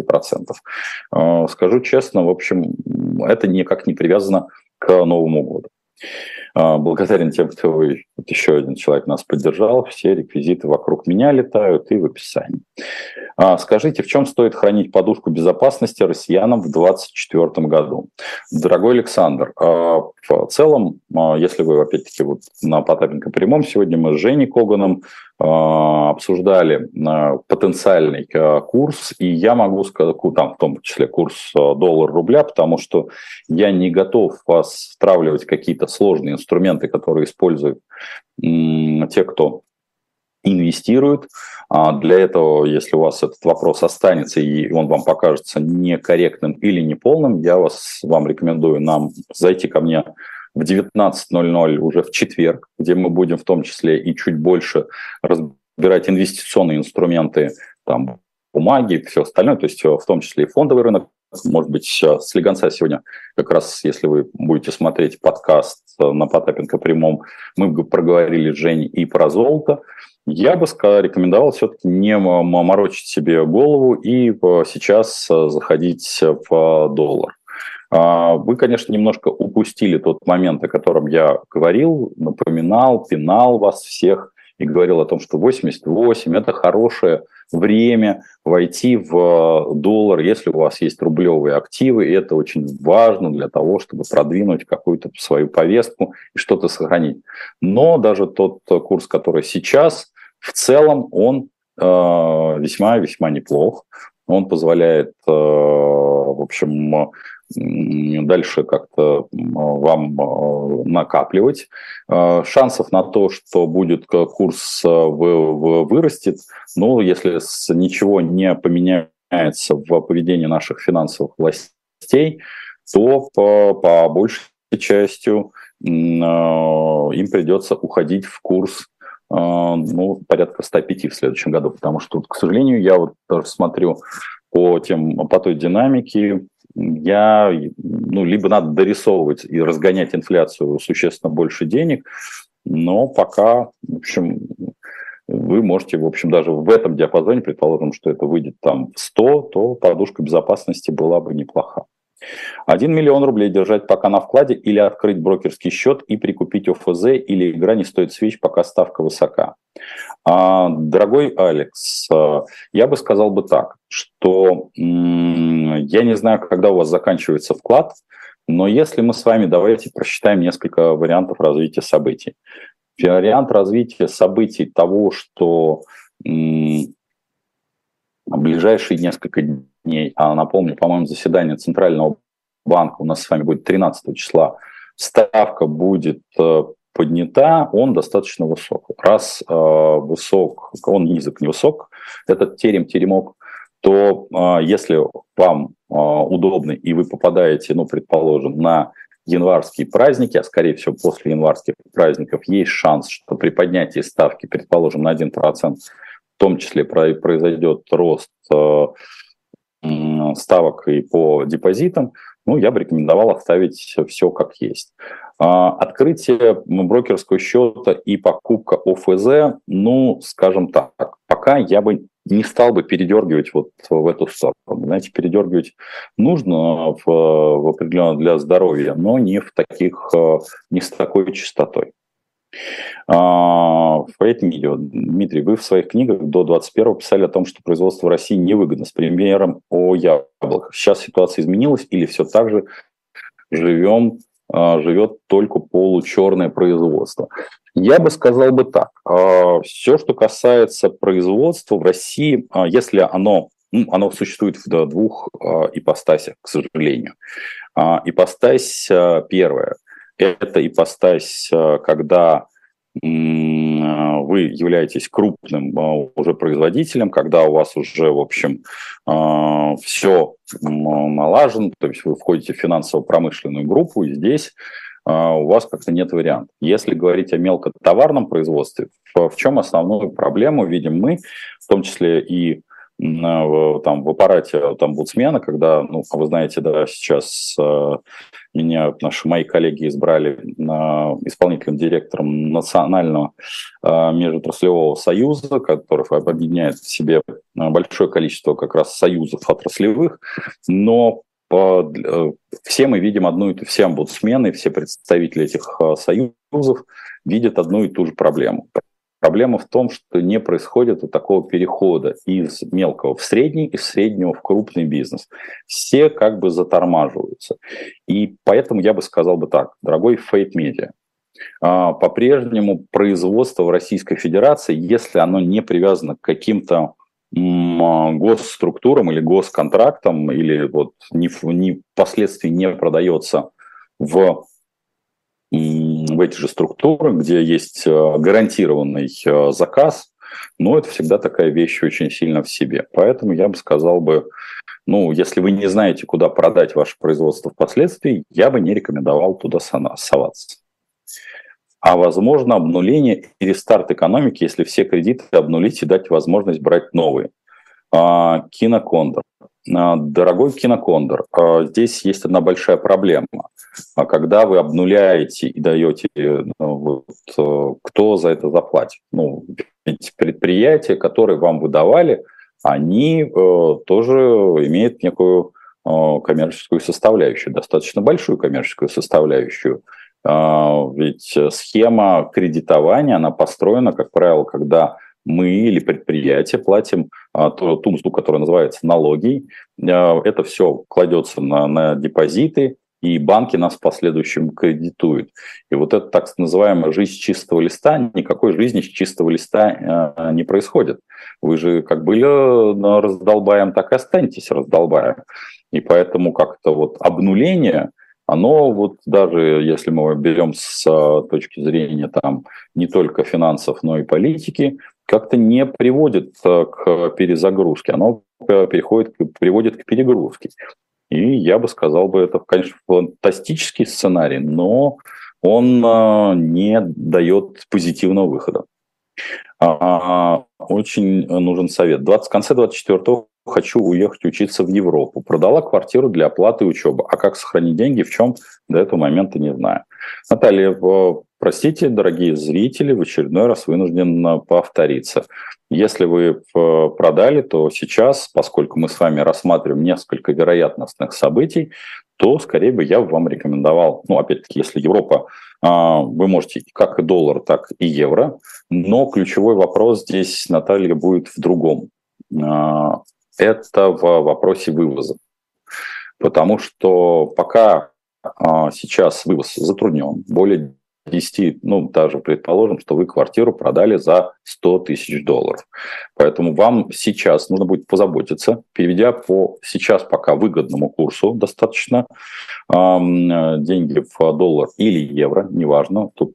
17%. Скажу честно, в общем, это никак не привязано к Новому году. Благодарен тем, кто еще один человек нас поддержал. Все реквизиты вокруг меня летают и в описании. Скажите, в чем стоит хранить подушку безопасности россиянам в 2024 году? Дорогой Александр, в целом, если вы, опять-таки, на Потапенко прямом, сегодня мы с Женей Коганом обсуждали потенциальный курс, и я могу сказать, в том числе курс доллар-рубля, потому что я не готов вас втравливать в какие-то сложные инструменты, которые используют те, кто инвестируют. Для этого, если у вас этот вопрос останется и он вам покажется некорректным или неполным, вам рекомендую зайти ко мне в 19:00 уже в четверг, где мы будем в том числе и чуть больше разбирать инвестиционные инструменты, бумаги, все остальное, то есть в том числе и фондовый рынок. Может быть, с слегонца сегодня, как раз если вы будете смотреть подкаст на Потапенко прямом, мы проговорили с Женей и про золото. Я бы рекомендовал все-таки не морочить себе голову и сейчас заходить в доллар. Вы, конечно, немножко упустили тот момент, о котором я говорил, напоминал, пинал вас всех и говорил о том, что 88 – это хорошее время войти в доллар, если у вас есть рублевые активы, и это очень важно для того, чтобы продвинуть какую-то свою повестку и что-то сохранить. Но даже тот курс, который сейчас, в целом он весьма-весьма неплох. Он позволяет, в общем, дальше как-то вам накапливать. Шансов на то, что будет курс вырастет, но если ничего не поменяется в поведении наших финансовых властей, то по большей частью им придется уходить в курс порядка 105 в следующем году, потому что, к сожалению, я вот тоже смотрю по той динамике, либо надо дорисовывать и разгонять инфляцию существенно больше денег, но пока, в общем, вы можете, в общем, даже в этом диапазоне, предположим, что это выйдет там в 100, то подушка безопасности была бы неплоха. 1 миллион рублей держать пока на вкладе или открыть брокерский счет и прикупить ОФЗ, или игра не стоит свеч, пока ставка высока. Дорогой Алекс, я бы сказал бы так, что я не знаю, когда у вас заканчивается вклад, но если мы с вами давайте просчитаем несколько вариантов развития событий. Вариант развития событий того, что ближайшие несколько дней, напомню, по-моему, заседание Центрального банка у нас с вами будет 13 числа, ставка будет поднята, он достаточно высок. Раз высок, он низок, не высок, этот теремок, то если вам удобно и вы попадаете, предположим, на январские праздники, а скорее всего после январских праздников есть шанс, что при поднятии ставки, предположим, на 1%, в том числе произойдет рост ставок и по депозитам, я бы рекомендовал оставить все как есть. Открытие брокерского счета и покупка ОФЗ, скажем так, пока я бы не стал бы передергивать вот в эту сторону. Знаете, передергивать нужно в определенно для здоровья, но не с такой частотой. Фейт Медиа. Дмитрий, вы в своих книгах до 21-го писали о том, что производство в России невыгодно, с примером о яблоках. Сейчас ситуация изменилась или все так же живет только получерное производство? Я бы сказал бы так. Все, что касается производства в России, если оно существует в двух ипостасях, к сожалению. Ипостась первая – это ипостась, когда вы являетесь крупным уже производителем, когда у вас уже, в общем, все налажено, то есть вы входите в финансово-промышленную группу, и здесь у вас как-то нет вариантов. Если говорить о мелкотоварном производстве, в чем основную проблему видим мы, в том числе и в аппарате омбудсмена, когда, вы знаете, да, сейчас мои коллеги избрали исполнительным директором Национального межотраслевого союза, который объединяет в себе большое количество как раз союзов отраслевых, но все мы видим все омбудсмены, все представители этих союзов видят одну и ту же проблему. Проблема в том, что не происходит такого перехода из мелкого в средний, из среднего в крупный бизнес. Все как бы затормаживаются. И поэтому я бы сказал бы так, дорогой Фейт Медиа, по-прежнему производство в Российской Федерации, если оно не привязано к каким-то госструктурам или госконтрактам, или впоследствии не продается в эти же структуры, где есть гарантированный заказ, это всегда такая вещь очень сильно в себе. Поэтому я бы сказал если вы не знаете, куда продать ваше производство впоследствии, я бы не рекомендовал туда соваться. А возможно обнуление и рестарт экономики, если все кредиты обнулить и дать возможность брать новые. Кинокондор. Дорогой Кинокондор, здесь есть одна большая проблема. Когда вы обнуляете и даете, кто за это заплатит? Эти предприятия, которые вам выдавали, они тоже имеют некую коммерческую составляющую, достаточно большую коммерческую составляющую. Ведь схема кредитования, она построена, как правило, когда мы или предприятие платим ту мзду, которая называется налоги. Это все кладется на депозиты, и банки нас в последующем кредитуют. И вот это так называемая жизнь с чистого листа, никакой жизни с чистого листа не происходит. Вы же как были раздолбаем, так и останетесь раздолбаем. И поэтому как-то вот обнуление, оно вот даже если мы берем с точки зрения там не только финансов, но и политики, как-то не приводит к перезагрузке, оно приводит к перегрузке. И я бы сказал, это, конечно, фантастический сценарий, но он не дает позитивного выхода. Очень нужен совет. В конце 24-го хочу уехать учиться в Европу. Продала квартиру для оплаты учебы. А как сохранить деньги, в чем до этого момента не знаю. Наталья, простите, дорогие зрители, в очередной раз вынужден повториться. Если вы продали, то сейчас, поскольку мы с вами рассматриваем несколько вероятностных событий, то, скорее бы, я вам рекомендовал, опять-таки, если Европа, вы можете как и доллар, так и евро, но ключевой вопрос здесь, Наталья, будет в другом. Это в вопросе вывоза. Потому что пока сейчас вывоз затруднен, более 10, даже предположим, что вы квартиру продали за $100 тысяч. Поэтому вам сейчас нужно будет позаботиться, переведя по сейчас пока выгодному курсу достаточно деньги в доллар или евро, неважно. Тут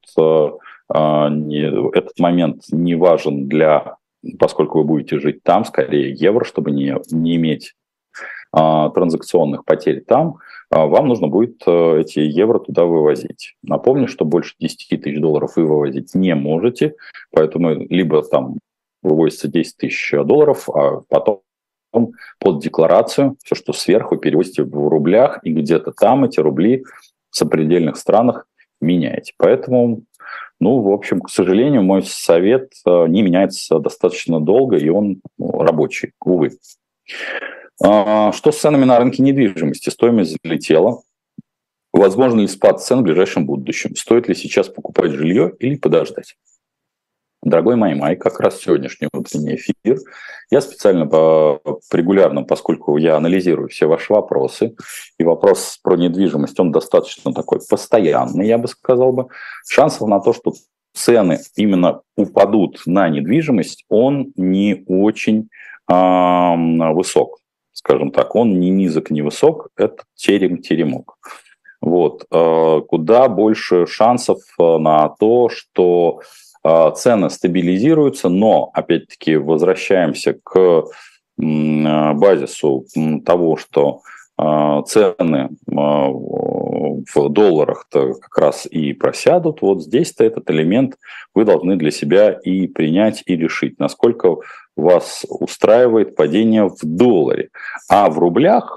этот момент не важен поскольку вы будете жить там, скорее евро, чтобы не иметь транзакционных потерь там, вам нужно будет эти евро туда вывозить. Напомню, что больше $10 тысяч вы вывозить не можете, поэтому либо там вывозится $10 тысяч, а потом под декларацию все, что сверху, перевозите в рублях, и где-то там эти рубли в сопредельных странах меняете. Поэтому, в общем, к сожалению, мой совет не меняется достаточно долго, и он рабочий, увы. Что с ценами на рынке недвижимости? Стоимость взлетела. Возможно ли спад цен в ближайшем будущем? Стоит ли сейчас покупать жилье или подождать? Дорогой май, как раз сегодняшний утренний эфир. Я специально регулярно, поскольку я анализирую все ваши вопросы, и вопрос про недвижимость, он достаточно такой постоянный, я бы сказал. Шансов на то, что цены именно упадут на недвижимость, он не очень высок. Скажем так, он ни низок, ни высок, это теремок. Вот. Куда больше шансов на то, что цены стабилизируются, но, опять-таки, возвращаемся к базису того, что цены в долларах-то как раз и просядут. Вот здесь-то этот элемент вы должны для себя и принять, и решить, насколько вас устраивает падение в долларе. А в рублях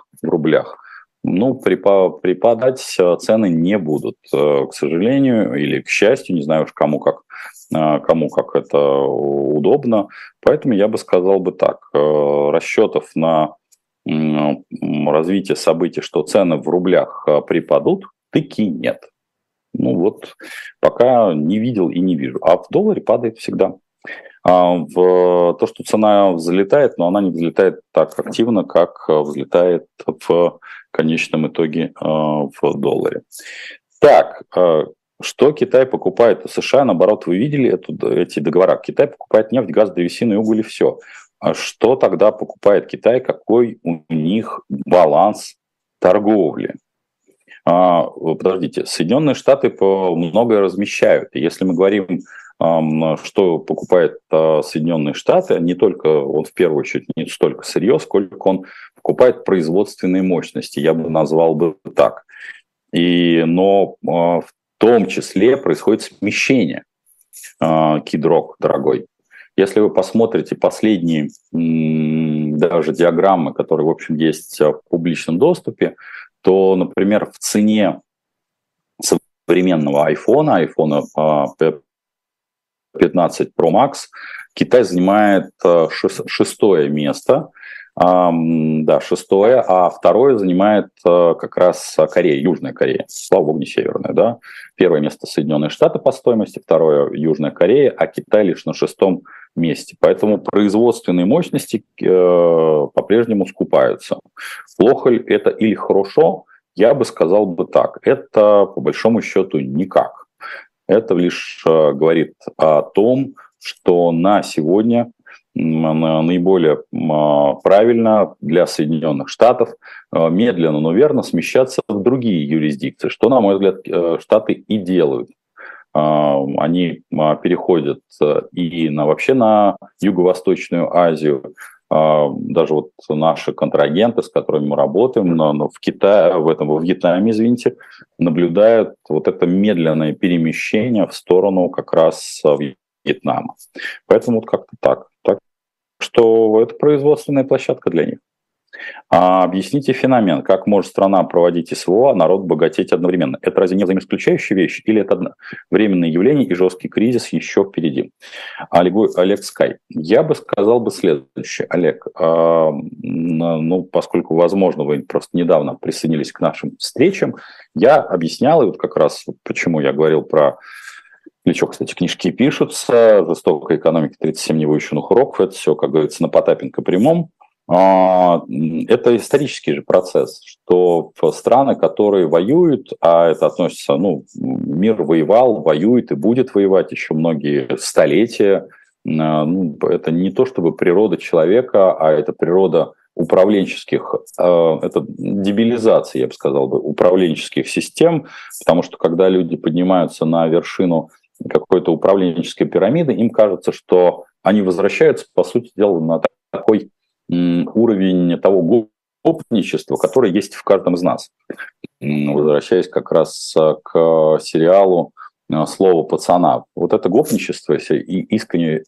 припадать цены не будут, к сожалению, или к счастью, не знаю уж кому как это удобно. Поэтому я бы сказал так, расчетов на развитие событий, что цены в рублях припадут, таки нет. Пока не видел и не вижу. А в долларе падает всегда. То, что цена взлетает, но она не взлетает так активно, как взлетает в конечном итоге в долларе. Так, что Китай покупает у США? Наоборот, вы видели эти договора? Китай покупает нефть, газ, древесину и уголь, и все. А что тогда покупает Китай? Какой у них баланс торговли? Подождите, Соединенные Штаты многое размещают. И если мы говорим, что покупает Соединенные Штаты, не только он в первую очередь не столько сырье, сколько он покупает производственные мощности, я бы назвал так. Но в том числе происходит смещение, Кидрок, дорогой. Если вы посмотрите последние даже диаграммы, которые, в общем, есть в публичном доступе, то, например, в цене современного iPhone 15 Pro Max Китай занимает шестое место, шестое, а второе занимает как раз Корея, Южная Корея, слава богу, не северная, да. Первое место Соединенные Штаты по стоимости, второе Южная Корея, а Китай лишь на шестом месте. Поэтому производственные мощности по-прежнему скупаются. Плохо ли это или хорошо? Я бы сказал бы так. Это, по большому счету, никак. Это лишь говорит о том, что на сегодня наиболее правильно для Соединенных Штатов медленно, но верно смещаться в другие юрисдикции, что, на мой взгляд, Штаты и делают. Они переходят и вообще на Юго-Восточную Азию. Даже вот наши контрагенты, с которыми мы работаем, в Китае, во Вьетнаме, извините, наблюдают вот это медленное перемещение в сторону как раз Вьетнама. Поэтому вот как-то так. Так что это производственная площадка для них. Объясните феномен, как может страна проводить СВО, а народ богатеть одновременно. Это разве не взаимоисключающая вещь, или это временное явление и жесткий кризис еще впереди? Олег Скай. Я бы сказал бы следующее. Олег, поскольку, возможно, вы просто недавно присоединились к нашим встречам, я объяснял, и вот как раз почему я говорил про... Для чего, кстати, книжки пишутся, «Жестокая экономика», 37 невыученных уроков, это все, как говорится, на Потапенко прямом. Это исторический же процесс, что страны, которые воюют, а это относится, мир воевал, воюет и будет воевать еще многие столетия, это не то чтобы природа человека, а это природа управленческих, это дебилизация, я бы сказал, управленческих систем, потому что когда люди поднимаются на вершину какой-то управленческой пирамиды, им кажется, что они возвращаются, по сути дела, на такой уровень того гопничества, которое есть в каждом из нас. Возвращаясь как раз к сериалу «Слово пацана». Вот это гопничество и искренний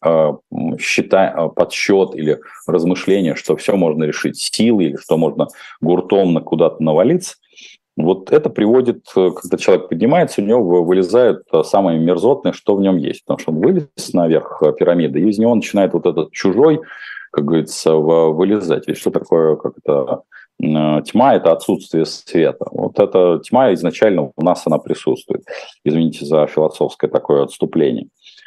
подсчет или размышление, что все можно решить силой или что можно гуртом куда-то навалиться, вот это приводит, когда человек поднимается, у него вылезает самое мерзотное, что в нем есть. Потому что он вылез наверх пирамиды, и из него начинает вот этот чужой, как говорится, вылезать. Ведь что такое, как это, тьма – это отсутствие света. Вот эта тьма изначально у нас она присутствует. Извините за философское такое отступление.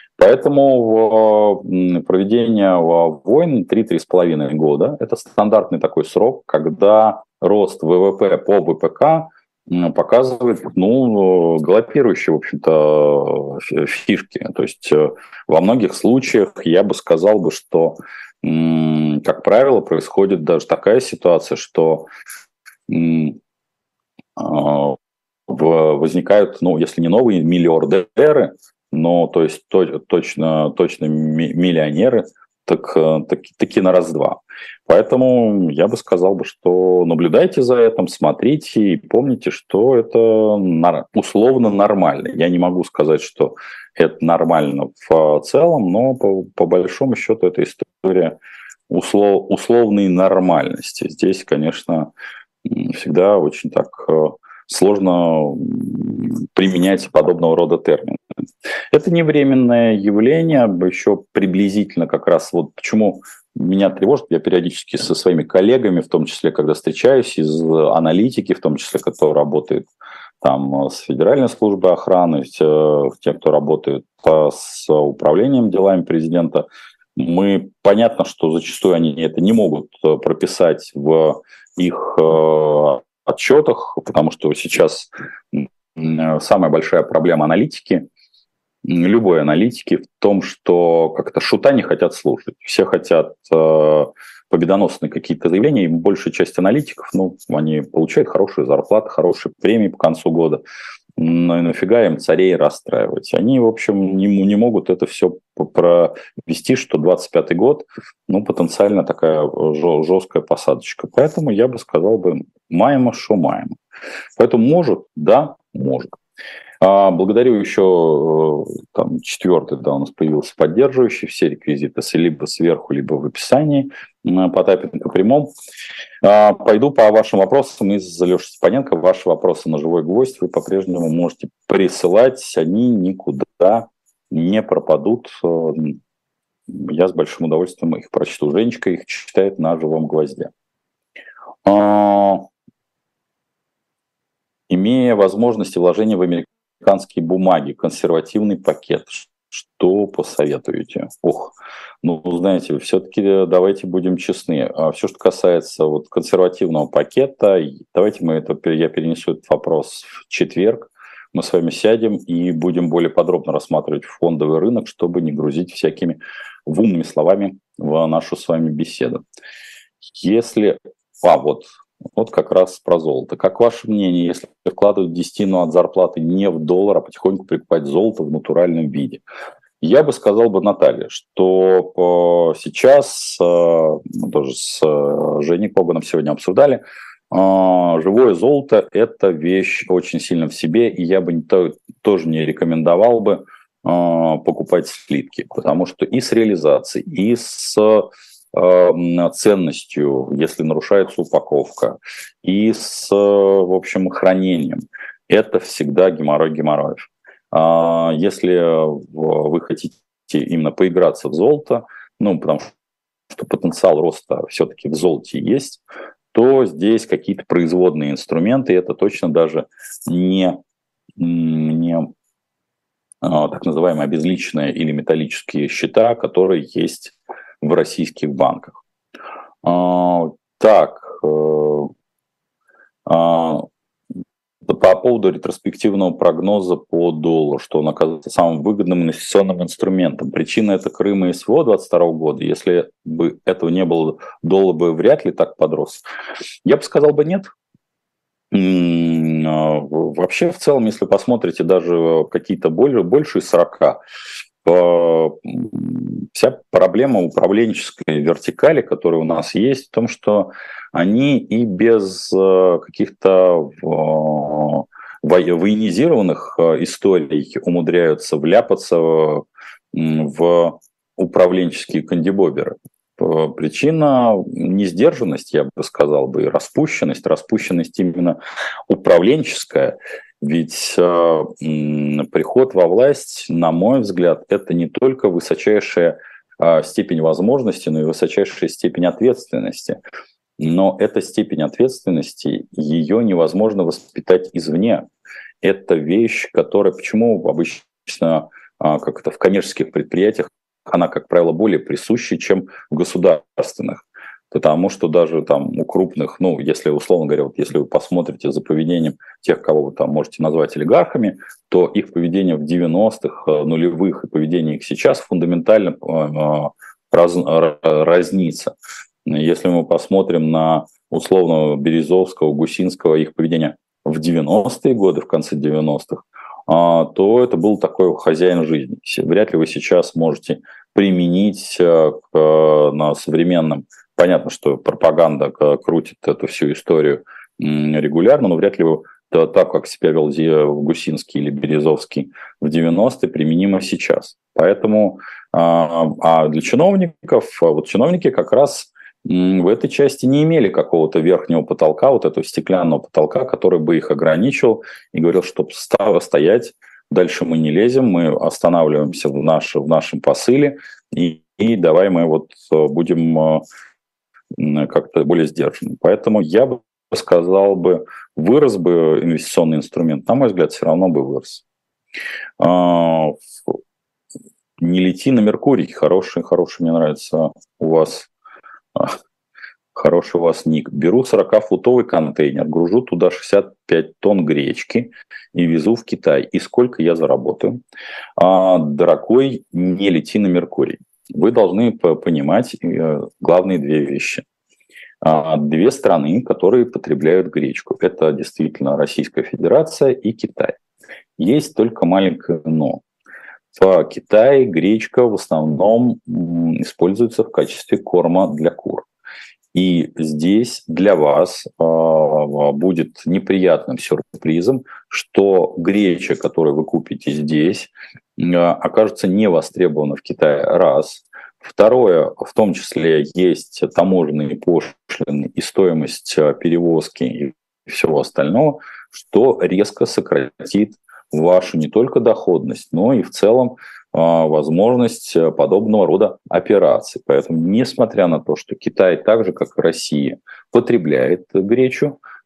Поэтому проведение войн 3-3,5 года – это стандартный такой срок, когда рост ВВП по ВПК показывает, галопирующие, в общем-то, фишки. То есть во многих случаях я бы сказал бы, что, как правило, происходит даже такая ситуация, что возникают, если не новые миллиардеры, но то есть точно миллионеры, таки на раз-два. Поэтому я бы сказал, что наблюдайте за этим, смотрите и помните, что это условно нормально. Я не могу сказать, что это нормально в целом, но по большому счету это история условной нормальности. Здесь, конечно, всегда очень так сложно применять подобного рода термины. Это не временное явление, еще приблизительно как раз вот почему меня тревожит, я периодически со своими коллегами, в том числе, когда встречаюсь, из аналитики, в том числе, кто работает там с Федеральной службой охраны, те, кто работает с управлением делами президента, понятно, что зачастую они это не могут прописать в их отчетах, потому что сейчас самая большая проблема аналитики, любой аналитики, в том, что как-то шута не хотят слушать. Все хотят победоносные какие-то заявления, и большая часть аналитиков, они получают хорошие зарплаты, хорошие премии по концу года. Но и нафига им царей расстраивать? Они, в общем, не могут это все провести, что 25-й год, потенциально такая жесткая посадочка. Поэтому я бы сказал маемо, шо маемо. Поэтому может, да, может. Благодарю еще, четвертый, у нас появился поддерживающий, все реквизиты либо сверху, либо в описании, Потапенко прямом. Пойду по вашим вопросам из Леши Степаненко. Ваши вопросы на живой гвоздь вы по-прежнему можете присылать, они никуда не пропадут. Я с большим удовольствием их прочту. Женечка их читает на живом гвозде. Имея возможности вложения в американские бумаги, консервативный пакет, Что посоветуете? Ну, знаете, все-таки давайте будем честны. Все, что касается вот консервативного пакета, давайте я перенесу этот вопрос в четверг. Мы с вами сядем и будем более подробно рассматривать фондовый рынок, чтобы не грузить всякими умными словами в нашу с вами беседу. Если... Вот как раз про золото. Как ваше мнение, если вкладывать десятину от зарплаты не в доллар, а потихоньку покупать золото в натуральном виде? Я бы сказал, Наталья, что сейчас, мы тоже с Женей Коганом сегодня обсуждали, живое золото – это вещь очень сильно в себе, и я бы тоже не рекомендовал бы покупать слитки, потому что и с реализацией, и с ценностью, если нарушается упаковка, и с, в общем, хранением. Это всегда геморрой геморроев. Если вы хотите именно поиграться в золото, ну, потому что потенциал роста все-таки в золоте есть, то здесь какие-то производные инструменты, это точно даже не так называемые обезличенные или металлические счета, которые есть в российских банках. По поводу ретроспективного прогноза по доллару, что он оказывается самым выгодным инвестиционным инструментом. Причина – это Крым и СВО 2022 года. Если бы этого не было, доллар бы вряд ли так подрос. Я бы сказал бы нет. Вообще, в целом, если посмотрите даже какие-то больше 40, вся проблема управленческой вертикали, которая у нас есть, в том, что они и без каких-то военизированных историй умудряются вляпаться в управленческие кандибоберы. Причина несдержанность, я бы сказал, и распущенность именно управленческая. Ведь приход во власть, на мой взгляд, это не только высочайшая степень возможности, но и высочайшая степень ответственности. Но эта степень ответственности, ее невозможно воспитать извне. Это вещь, которая, почему обычно в коммерческих предприятиях она, как правило, более присуща, чем в государственных. Потому что даже там у крупных, если, условно говоря, если вы посмотрите за поведением тех, кого вы там можете назвать олигархами, то их поведение в 90-х, нулевых и поведение их сейчас фундаментально разнится. Если мы посмотрим на условного Березовского, Гусинского, их поведение в 90-е годы, в конце 90-х, то это был такой хозяин жизни. Вряд ли вы сейчас можете применить на современном. Понятно, что пропаганда крутит эту всю историю регулярно, но вряд ли так, как себя вел Гусинский или Березовский в 90-е, применимо сейчас. Поэтому для чиновников, чиновники как раз в этой части не имели какого-то верхнего потолка, вот этого стеклянного потолка, который бы их ограничивал и говорил, что стоять, дальше мы не лезем, мы останавливаемся в нашем посыле, и давай мы будем как-то более сдержанным. Поэтому я бы сказал вырос бы инвестиционный инструмент, на мой взгляд, все равно бы вырос. Не лети на Меркурий, хороший, мне нравится у вас. Хороший у вас ник. Беру 40-футовый контейнер, гружу туда 65 тонн гречки и везу в Китай. И сколько я заработаю? Дорогой, не лети на Меркурий. Вы должны понимать главные две вещи. Две страны, которые потребляют гречку. Это действительно Российская Федерация и Китай. Есть только маленькое но. В Китае гречка в основном используется в качестве корма для кур. И здесь для вас будет неприятным сюрпризом, что греча, которую вы купите здесь, окажется не востребована в Китае. Раз. Второе, в том числе есть таможенные пошлины и стоимость перевозки и всего остального, что резко сократит вашу не только доходность, но и в целом возможность подобного рода операций. Поэтому, несмотря на то, что Китай так же, как и Россия, потребляет гречу,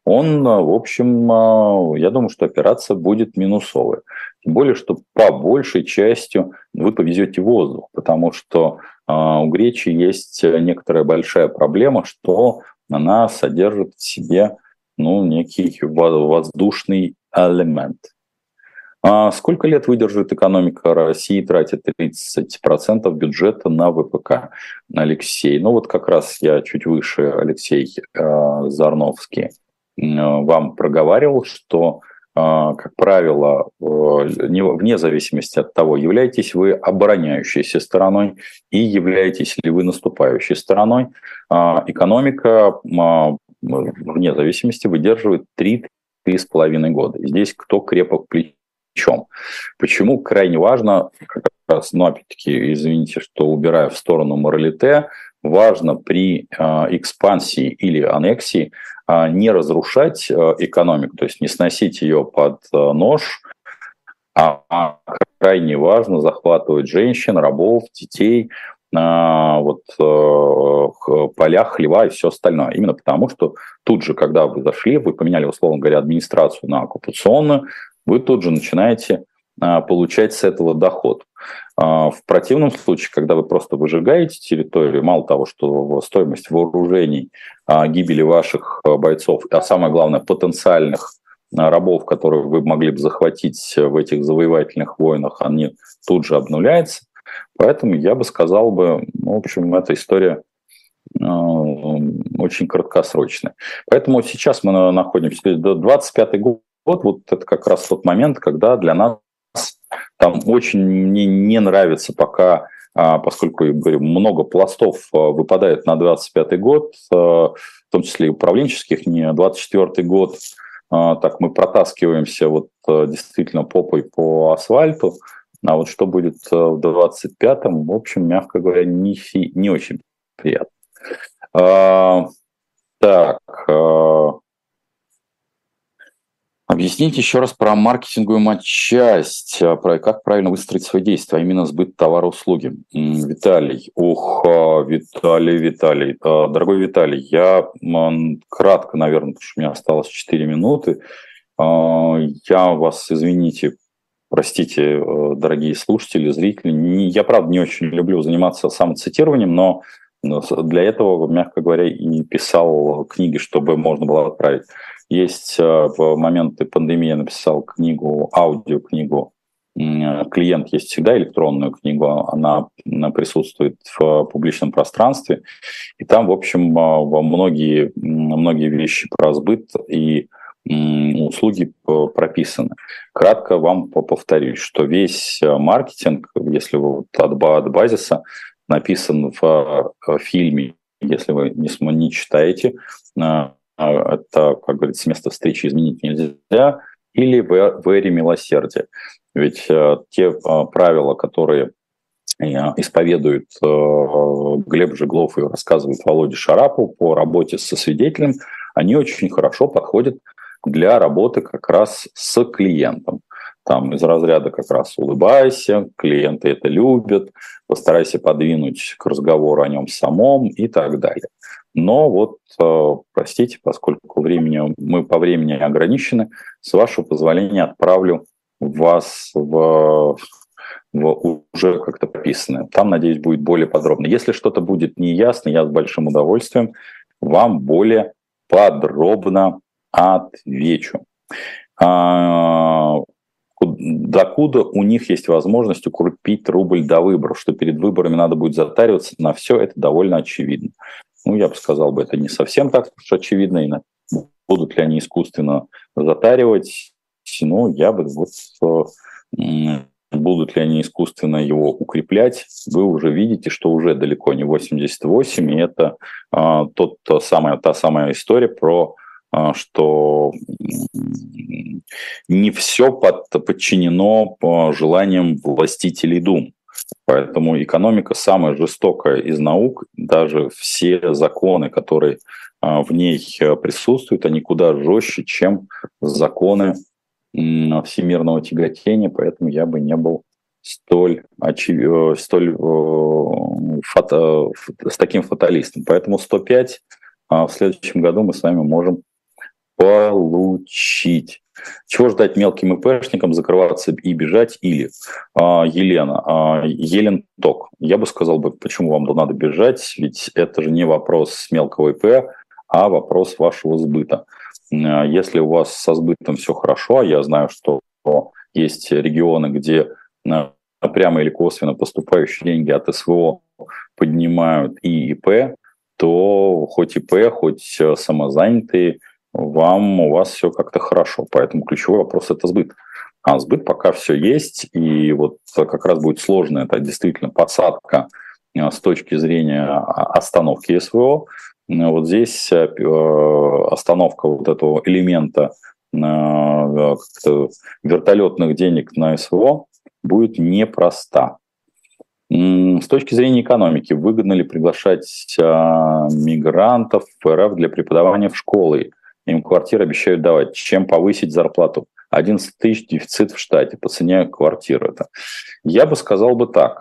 в общем, я думаю, что операция будет минусовая. Тем более, что по большей части вы повезете воздух, потому что у гречи есть некоторая большая проблема, что она содержит в себе некий воздушный элемент. Сколько лет выдержит экономика России, тратя 30% бюджета на ВПК? Алексей, как раз я чуть выше, Алексей Зарновский, вам проговаривал, что, как правило, вне зависимости от того, являетесь вы обороняющейся стороной и являетесь ли вы наступающей стороной, экономика вне зависимости выдерживает 3-3,5 года. Здесь кто крепок плечом. Почему крайне важно, как раз, опять-таки, извините, что убираю в сторону моралите, важно при экспансии или аннексии не разрушать экономику, то есть не сносить ее под нож, а крайне важно захватывать женщин, рабов, детей, поля, хлева и все остальное. Именно потому, что тут же, когда вы зашли, вы поменяли, условно говоря, администрацию на оккупационную, вы тут же начинаете получать с этого доход. В противном случае, когда вы просто выжигаете территорию, мало того, что стоимость вооружений, гибели ваших бойцов, а самое главное, потенциальных рабов, которых вы могли бы захватить в этих завоевательных войнах, они тут же обнуляются. Поэтому я бы сказал в общем, эта история очень краткосрочная. Поэтому сейчас мы находимся, 25-й год, вот это как раз тот момент, когда для нас там очень мне не нравится пока, поскольку, я говорю, много пластов выпадает на 25-й год, в том числе и управленческих, не 24-й год, так мы протаскиваемся действительно попой по асфальту, а вот что будет в 25-м, в общем, мягко говоря, не очень приятно. Так, объясните еще раз про маркетинговую часть, про как правильно выстроить свои действия, а именно сбыт товара, услуги. Виталий, Виталий, дорогой Виталий, я кратко, наверное, потому что у меня осталось 4 минуты, я вас, извините, простите, дорогие слушатели, зрители, я, правда, не очень люблю заниматься самоцитированием, но для этого, мягко говоря, и писал книги, чтобы можно было отправить. Есть в моменты пандемии я написал книгу, аудиокнигу «Клиент есть всегда», электронную книгу, она присутствует в публичном пространстве, и там, в общем, многие вещи про сбыт и услуги прописаны. Кратко вам повторюсь, что весь маркетинг, если вы от базиса, написан в фильме, если вы не читаете, это, как говорится, место встречи изменить нельзя, или в эре милосердия. Ведь те правила, которые исповедует Глеб Жеглов и рассказывает Володя Шарапов по работе со свидетелем, они очень хорошо подходят для работы как раз с клиентом. Там из разряда как раз улыбайся, клиенты это любят, постарайся подвинуть к разговору о нем самом и так далее. Но простите, поскольку мы по времени ограничены, с вашего позволения отправлю вас в уже как-то прописанное. Там, надеюсь, будет более подробно. Если что-то будет неясно, я с большим удовольствием вам более подробно отвечу. Докуда у них есть возможность укрепить рубль до выборов, что перед выборами надо будет затариваться на все, это довольно очевидно. Я бы сказал, это не совсем так уж очевидно. И будут ли они искусственно затаривать? Я бы будут ли они искусственно его укреплять, вы уже видите, что уже далеко не 88, и это та самая история про что не все подчинено желаниям властителей дум. Поэтому экономика самая жестокая из наук, даже все законы, которые в ней присутствуют, они куда жестче, чем законы всемирного тяготения, поэтому я бы не был с таким фаталистом. Поэтому 105 в следующем году мы с вами можем получить. Чего ждать мелким ИПшникам, закрываться и бежать? Или Елен Ток. Я бы сказал, почему вам надо бежать, ведь это же не вопрос мелкого ИП, а вопрос вашего сбыта. Если у вас со сбытом все хорошо, я знаю, что есть регионы, где прямо или косвенно поступающие деньги от СВО поднимают и ИП, то хоть ИП, хоть самозанятые, у вас все как-то хорошо. Поэтому ключевой вопрос – это сбыт. А сбыт пока все есть, и вот как раз будет сложно, это действительно подсадка с точки зрения остановки СВО. Вот здесь остановка вот этого элемента вертолетных денег на СВО будет непроста. С точки зрения экономики, выгодно ли приглашать мигрантов в РФ для преподавания в школы? Им квартиры обещают давать. Чем повысить зарплату? 11 тысяч дефицит в штате по цене квартиры. Это. Я бы сказал бы так.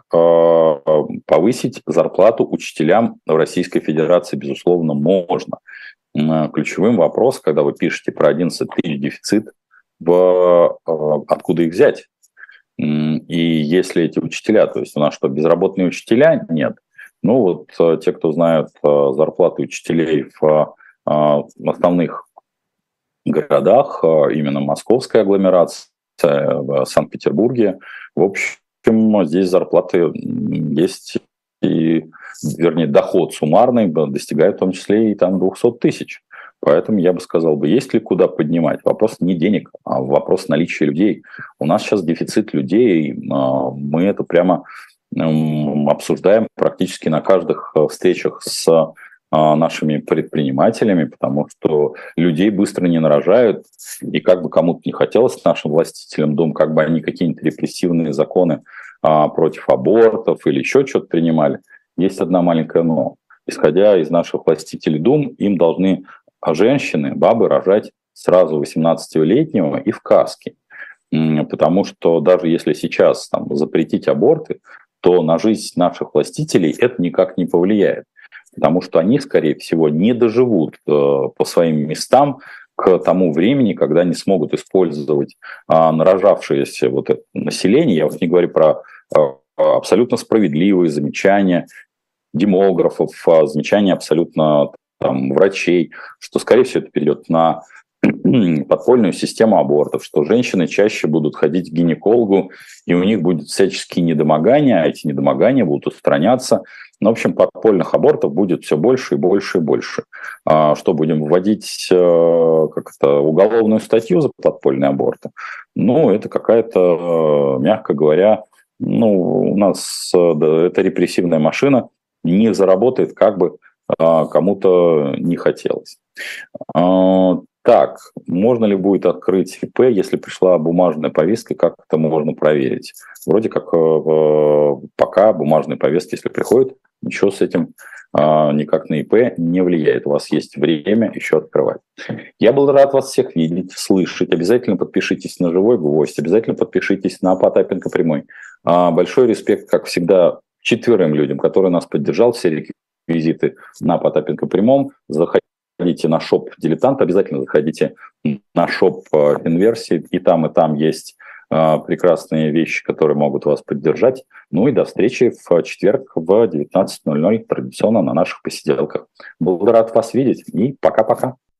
Повысить зарплату учителям в Российской Федерации, безусловно, можно. Ключевым вопросом, когда вы пишете про 11 тысяч дефицит, откуда их взять? И если эти учителя, то есть у нас что, безработные учителя? Нет. Ну вот те, кто знают зарплаты учителей в основных городах, именно московская агломерация, в Санкт-Петербурге, в общем, здесь зарплаты есть, и, вернее, доход суммарный достигает в том числе и там 200 тысяч. Поэтому я бы сказал, есть ли куда поднимать? Вопрос не денег, а вопрос наличия людей. У нас сейчас дефицит людей, мы это прямо обсуждаем практически на каждых встречах с нашими предпринимателями, потому что людей быстро не нарожают, и как бы кому-то не хотелось нашим властителям дум, как бы они какие-нибудь репрессивные законы против абортов или еще что-то принимали, есть одна маленькая но. Исходя из наших властителей дум, им должны женщины, бабы рожать сразу 18-летнего и в каске. Потому что даже если сейчас запретить аборты, то на жизнь наших властителей это никак не повлияет. Потому что они, скорее всего, не доживут по своим местам к тому времени, когда они смогут использовать нарожавшееся вот это население. Я вот не говорю про абсолютно справедливые замечания демографов, замечания абсолютно врачей, что, скорее всего, это перейдет на подпольную систему абортов, что женщины чаще будут ходить к гинекологу, и у них будут всяческие недомогания, а эти недомогания будут устраняться. Ну, в общем, подпольных абортов будет все больше и больше и больше. Что будем вводить уголовную статью за подпольные аборты? Ну, это какая-то, мягко говоря, у нас эта репрессивная машина не заработает, как бы кому-то не хотелось. Так, можно ли будет открыть ИП, если пришла бумажная повестка, как это можно проверить? Вроде как пока бумажные повестки, если приходят, ничего с этим никак на ИП не влияет. У вас есть время еще открывать. Я был рад вас всех видеть, слышать. Обязательно подпишитесь на «Живой гвоздь», обязательно подпишитесь на Потапенко Прямой. Большой респект, как всегда, 4 людям, которые нас поддержал, все реквизиты на Потапенко Прямом. Заходите на шоп «Дилетант», обязательно заходите на шоп «Инверсии», и там есть прекрасные вещи, которые могут вас поддержать. Ну и до встречи в четверг в 19:00 традиционно на наших посиделках. Был рад вас видеть и пока-пока.